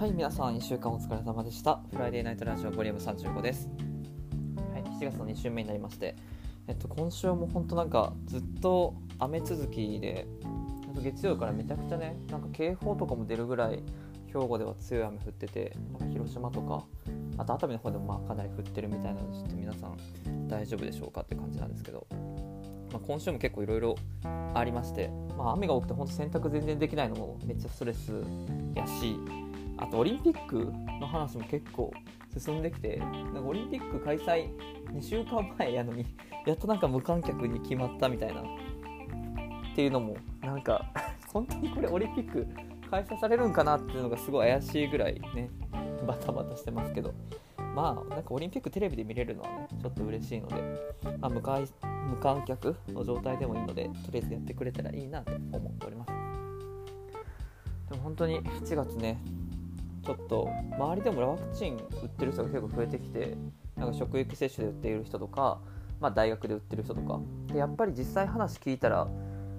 はい、皆さん1週間お疲れ様でした。フライデーナイトラジオボリューム35です。はい、7月の2週目になりまして、今週も本当なんかずっと雨続きで、月曜からめちゃくちゃね、なんか警報とかも出るぐらい兵庫では強い雨降ってて、なんか広島とかあと熱海の方でもかなり降ってるみたいなので、ちょっと皆さん大丈夫でしょうかって感じなんですけど、今週も結構いろいろありまして、雨が多くて本当洗濯全然できないのもめっちゃストレスやし、あとオリンピックの話も結構進んできて、なんかオリンピック開催2週間前やのにやっとなんか無観客に決まったみたいなっていうのもなんか本当にこれオリンピック開催されるんかなっていうのがすごい怪しいぐらいねバタバタしてますけど、なんかオリンピックテレビで見れるのはねちょっと嬉しいので、無観客の状態でもいいので、とりあえずやってくれたらいいなと思っております。でも本当に7月ね、ちょっと周りでもワクチン打ってる人が結構増えてきて、なんか職域接種で打っている人とか、大学で打ってる人とかで、やっぱり実際話聞いたら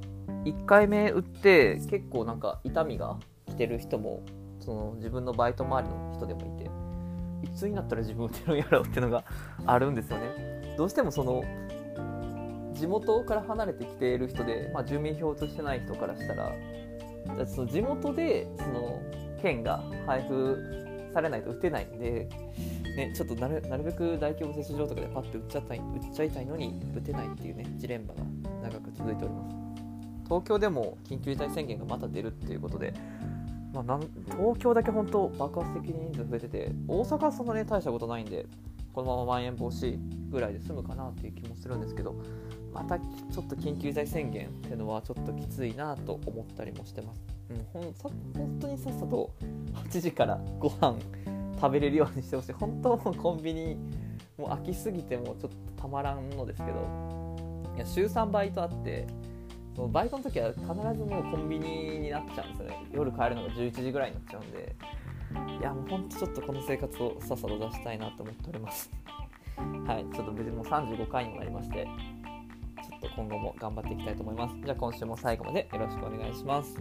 1回目打って結構なんか痛みが来てる人も、その自分のバイト周りの人でもいて、いつになったら自分打てるんやろうっていうのがあるんですよね。どうしてもその地元から離れてきている人で、住民票としてない人からしたら、その地元でその券が配布されないと打てないんで、ちょっとなるべく大規模接種場とかでパッと打っちゃいたいのに打てないっていうねジレンマが長く続いております。東京でも緊急事態宣言がまた出るっていうことで、東京だけ本当爆発的に人数増えてて、大阪はそんなに大したことないんで、このまままん延防止ぐらいで済むかなっていう気もするんですけど、またちょっと緊急事態宣言っていうのはちょっときついなと思ったりもしてます。本当にさっさと8時からご飯食べれるようにしてほしい。本当もうコンビニもう飽きすぎてもちょっとたまらんのですけど、週3バイトあって、そのバイトの時は必ずもうコンビニになっちゃうんですよね。夜帰るのが11時ぐらいになっちゃうんで、もう本当ちょっとこの生活をさっさと出したいなと思っておりますはい、ちょっと別にもう35回にもなりまして、ちょっと今後も頑張っていきたいと思います。じゃあ今週も最後までよろしくお願いします。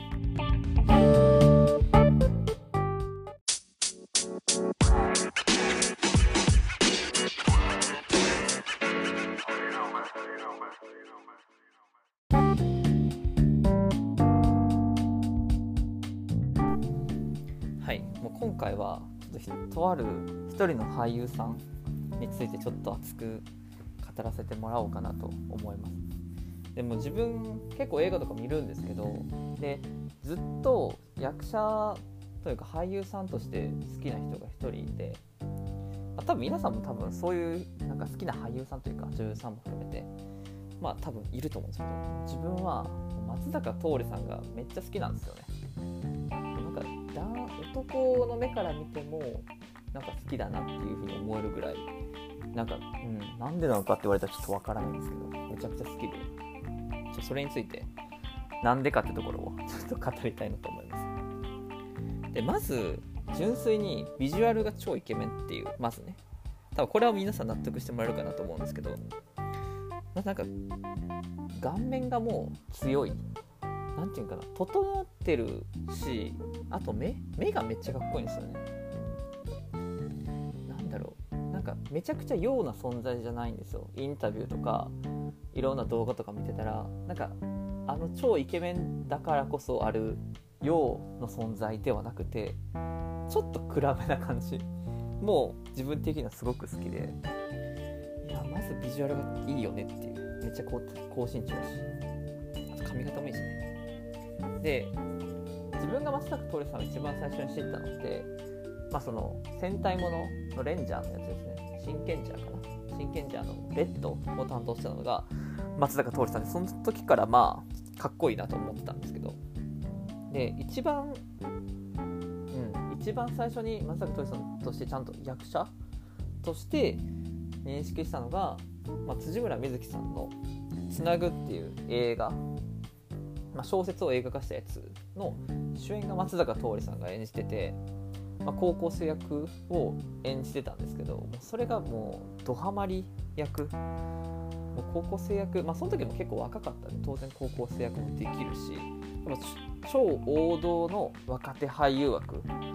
はい、もう今回はちょっとある一人の俳優さんについてちょっと熱く語らせてもらおうかなと思います。でも自分結構映画とか見るんですけど、でずっと役者というか俳優さんとして好きな人が一人いて、多分皆さんも多分そういうなんか好きな俳優さんというか女優さんも含めて多分いると思うんですけど、自分は松坂桃李さんがめっちゃ好きなんですよね。なんか男の目から見てもなんか好きだなっていう風に思えるぐらい、なんでなのかって言われたらちょっとわからないんですけど、めちゃくちゃ好きで、それについてなんでかってところをちょっと語りたいなと思います。でまず純粋にビジュアルが超イケメンっていう、まずね、多分これは皆さん納得してもらえるかなと思うんですけど、なんか顔面がもう強い、なんていうかな、整ってるし、あと目がめっちゃかっこいいんですよね。なんかめちゃくちゃ陽な存在じゃないんですよ。インタビューとかいろんな動画とか見てたら、なんか超イケメンだからこそある陽の存在ではなくて、ちょっと暗めな感じもう自分的にはすごく好きで、まずビジュアルがいいよねっていう、めっちゃ高身長だし、あと髪型もいいしね。で自分が松坂桃李さんを一番最初に知ったのって、その戦隊もののレンジャーのやつですね。真剣ジャーのレッドを担当したのが松坂桃李さんで、その時からかっこいいなと思ってたんですけど、で一番最初に松坂桃李さんとしてちゃんと役者として認識したのが、辻村瑞希さんのつなぐっていう映画、小説を映画化したやつの主演が松坂桃李さんが演じてて、高校生役を演じてたんですけど、もうそれがもうドハマり役、もう高校生役、その時も結構若かったんで当然高校生役もできるし、超王道の若手俳優枠っ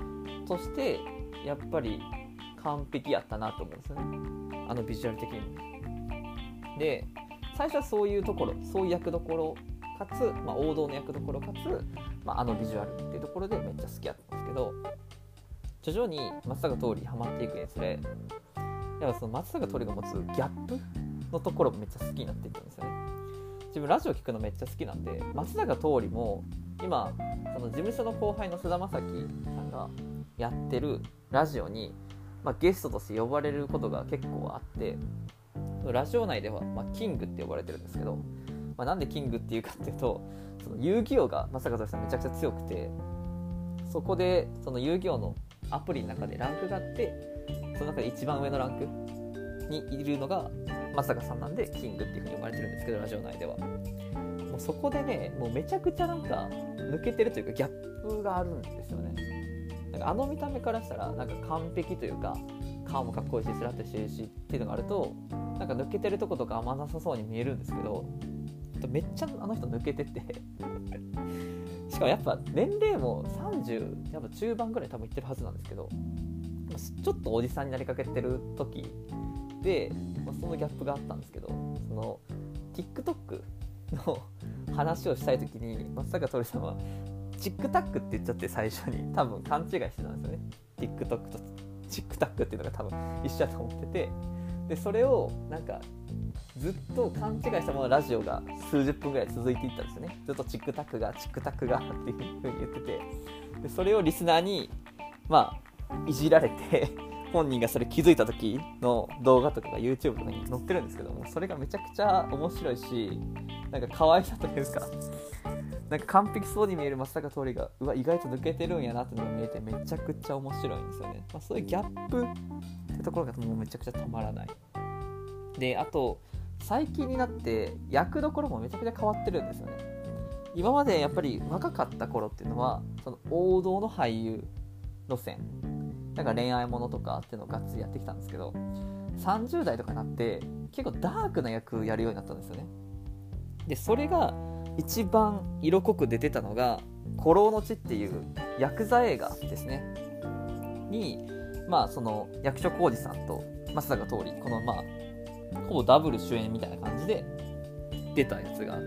としてやっぱり完璧やったなと思うんですよね、ビジュアル的にも。で最初はそういうところ、そういう役どころかつ、王道の役どころかつ、ビジュアルっていうところでめっちゃ好きやったんですけど、徐々に松坂桃李ハマっていくにつれ、やっぱその松坂桃李が持つギャップのところもめっちゃ好きになっていくんですよね。自分ラジオ聞くのめっちゃ好きなんで、松坂桃李も今その事務所の後輩の菅田将暉さんがやってるラジオに、ゲストとして呼ばれることが結構あって、ラジオ内では、キングって呼ばれてるんですけど、なんでキングっていうかっていうと、その遊戯王が松坂桃李さんめちゃくちゃ強くて、そこでその遊戯王のアプリの中でランクがあって、その中で一番上のランクにいるのが松坂さんなんでキングっていう風に呼ばれてるんですけど、ラジオ内ではもうそこでね、もうめちゃくちゃなんか抜けてるというかギャップがあるんですよね。なんか見た目からしたらなんか完璧というか、顔もかっこいいしスラッとしてるしっていうのがあると、なんか抜けてるとことかあんまなさそうに見えるんですけど、めっちゃあの人抜けててしかもやっぱ年齢も30やっぱ中盤ぐらい多分いってるはずなんですけど、ちょっとおじさんになりかけてる時で、そのギャップがあったんですけど、その TikTok の話をしたい時に松坂桃李さんはチックタックって言っちゃって、最初に多分勘違いしてたんですよね。 TikTok とチックタックっていうのが多分一緒だと思ってて、でそれをなんかずっと勘違いしたままラジオが数十分ぐらい続いていったんですよね。ずっとチックタックがっていう風に言ってて、でそれをリスナーにいじられて本人がそれ気づいた時の動画とかが YouTube とかに載ってるんですけども、それがめちゃくちゃ面白いし、なんか可愛さというか、なんか完璧そうに見える松坂桃李が意外と抜けてるんやなっていうのが見えて、めちゃくちゃ面白いんですよね。そういうギャップってところがもうめちゃくちゃたまらない。であと最近になって役どころもめちゃくちゃ変わってるんですよね。今までやっぱり若かった頃っていうのはその王道の俳優路線、なんか恋愛ものとかっていうのをがっつりやってきたんですけど、30代とかになって結構ダークな役やるようになったんですよね。でそれが一番色濃く出てたのが孤狼の血っていうヤクザ映画ですねに、その役所広司さんと松坂桃李、このほぼダブル主演みたいな感じで出たやつがあって、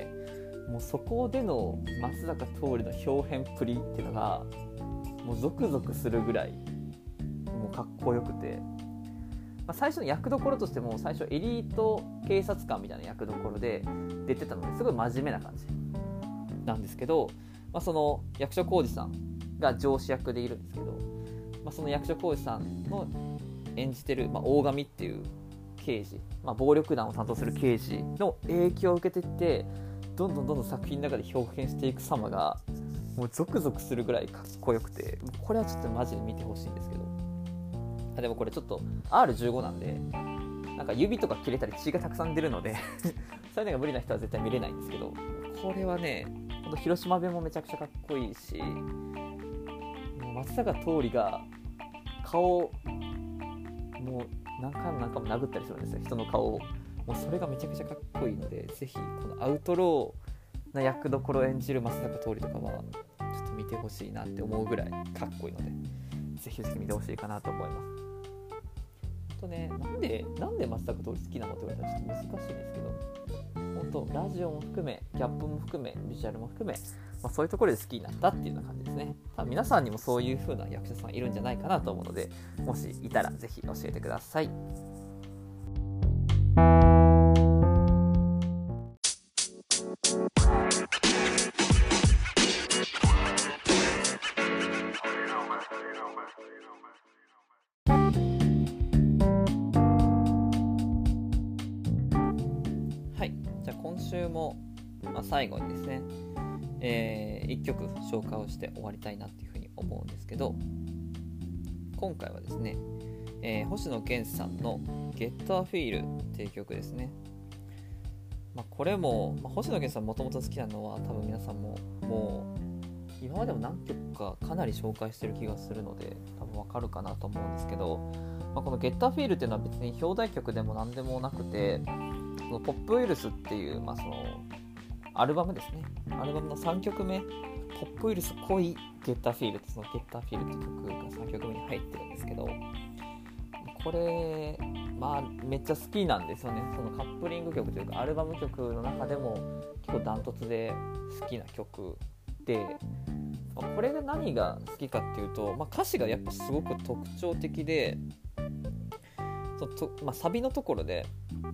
もうそこでの松坂桃李の表現っぷりっていうのがもうゾクゾクするぐらいもうかっこよくて、最初の役どころとしても最初エリート警察官みたいな役どころで出てたのですごい真面目な感じなんですけど、その役所広司さんが上司役でいるんですけど、その役所広司さんの演じてる、大神っていう刑事、暴力団を担当する刑事の影響を受けていって、どんどん作品の中で表現していく様がもうゾクゾクするぐらいかっこよくて、これはちょっとマジで見てほしいんですけど、でもこれちょっと R15 なんでなんか指とか切れたり血がたくさん出るのでそういうのが無理な人は絶対見れないんですけど、これはね広島弁もめちゃくちゃかっこいいし、もう松坂桃李が顔もう何回も殴ったりするんですよ、人の顔を。もうそれがめちゃくちゃかっこいいので、ぜひこのアウトローな役どころを演じる松坂桃李とかはちょっと見てほしいなって思うぐらいかっこいいので、ぜひ見てほしいかなと思います。なんで松坂桃李好きなのって言われたらちょっと難しいんですけど、本当ラジオも含めギャップも含めビジュアルも含め、そういうところで好きになったっていうような感じですね。多分皆さんにもそういう風な役者さんいるんじゃないかなと思うので、もしいたらぜひ教えてください。今週も、最後にですね、1曲紹介をして終わりたいなっていうふうに思うんですけど、今回はですね、星野源さんの Get a Feel っていう曲ですね。これも、星野源さんもともと好きなのは多分皆さんももう今までも何曲かかなり紹介してる気がするので多分わかるかなと思うんですけど、この Get a Feel っていうのは別に表題曲でも何でもなくて、そのポップウイルスっていう、そのアルバムですね。アルバムの3曲目、ポップウイルス恋ゲッターフィールって、そのゲッターフィールって曲が3曲目に入ってるんですけど、これめっちゃ好きなんですよね。そのカップリング曲というかアルバム曲の中でも結構ダントツで好きな曲で、これが何が好きかっていうと、歌詞がやっぱすごく特徴的で、サビのところで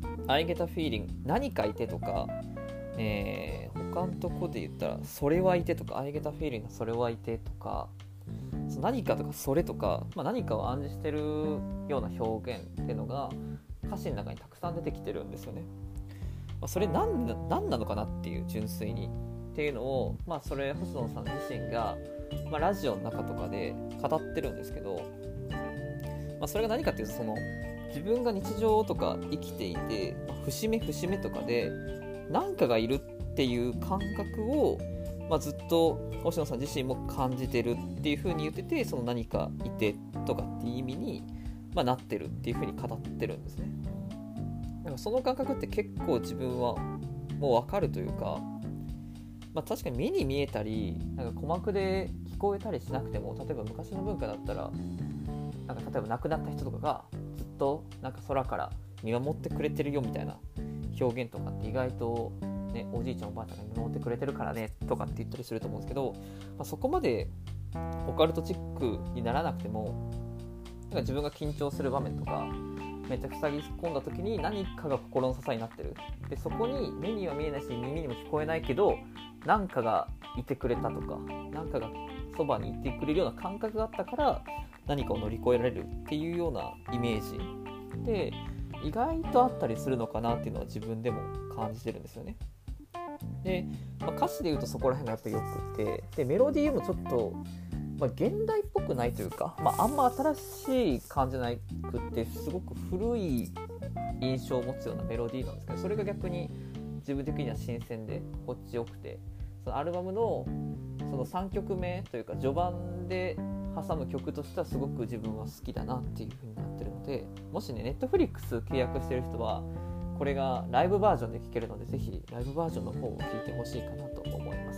I get a feeling 何かいてとか、他のとこで言ったらそれはいてとか I get a feeling それはいてとか、何かとかそれとか、何かを暗示してるような表現っていうのが歌詞の中にたくさん出てきてるんですよね。それ何なのかなっていう、純粋にっていうのを、それ星野さん自身が、ラジオの中とかで語ってるんですけど、それが何かっていうと、その自分が日常とか生きていて、節目節目とかで何かがいるっていう感覚を、ずっと星野さん自身も感じてるっていう風に言ってて、その何かいてとかっていう意味に、なってるっていう風に語ってるんですね。だからその感覚って結構自分はもう分かるというか、確かに目に見えたり鼓膜で聞こえたりしなくても、例えば昔の文化だったら例えば亡くなった人とかがずっと空から見守ってくれてるよみたいな表現とかって意外とね、おじいちゃんおばあちゃんが見守ってくれてるからねとかって言ったりすると思うんですけど、そこまでオカルトチックにならなくても、自分が緊張する場面とかめっちゃ塞ぎ込んだ時に何かが心の支えになってる。でそこに目には見えないし耳にも聞こえないけど、何かがいてくれたとか、何かがそばにいてくれるような感覚があったから何かを乗り越えられるっていうようなイメージで、意外とあったりするのかなっていうのは自分でも感じてるんですよね。で、歌詞で言うとそこら辺がやっぱりよくて、でメロディーもちょっと、現代っぽくないというか、あんま新しい感じじゃなくて、すごく古い印象を持つようなメロディーなんですけど、それが逆に自分的には新鮮で心地よくて、そのアルバムのその3曲目というか序盤で挟む曲としてはすごく自分は好きだなっていう風になってるので、もしねNetflix契約してる人はこれがライブバージョンで聴けるので、ぜひライブバージョンの方を聴いてほしいかなと思います。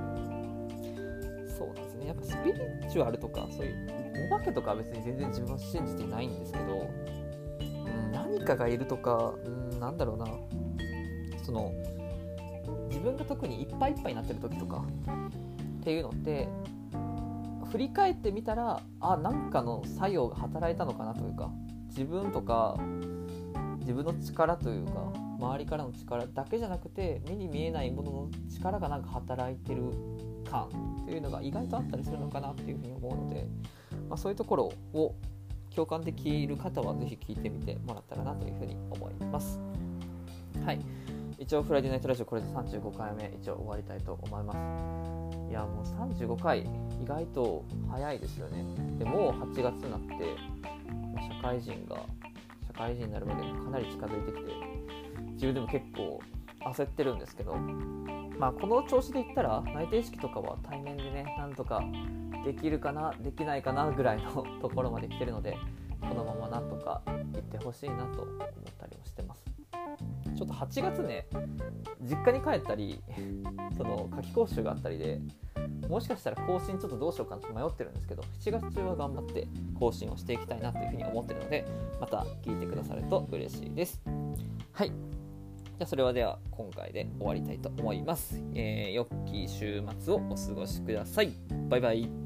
そうなんですね。やっぱスピリチュアルとかそういうお化けとかは別に全然自分は信じてないんですけど、何かがいるとか、なんだろうな、その自分が特にいっぱいいっぱいになってる時とかっていうのって振り返ってみたら、なんかの作用が働いたのかなというか、自分とか自分の力というか周りからの力だけじゃなくて、目に見えないものの力が働いてる感っていうのが意外とあったりするのかなっていうふうに思うので、そういうところを共感できる方はぜひ聞いてみてもらったらなというふうに思います。はい、一応フライデーナイトラジオこれで35回目一応終わりたいと思います。いやもう35回意外と早いですよね。でもう8月になって社会人になるまでかなり近づいてきて、自分でも結構焦ってるんですけど、この調子でいったら内定式とかは対面でねなんとかできるかなできないかなぐらいのところまで来てるので、このままなんとかいってほしいなと思ったりもしてます。ちょっと8月ね実家に帰ったりその夏期講習があったりで、もしかしたら更新ちょっとどうしようかなと迷ってるんですけど、7月中は頑張って更新をしていきたいなというふうに思ってるので、また聞いてくださると嬉しいです。はい、じゃあそれはでは今回で終わりたいと思います。良き週末をお過ごしください。バイバイ。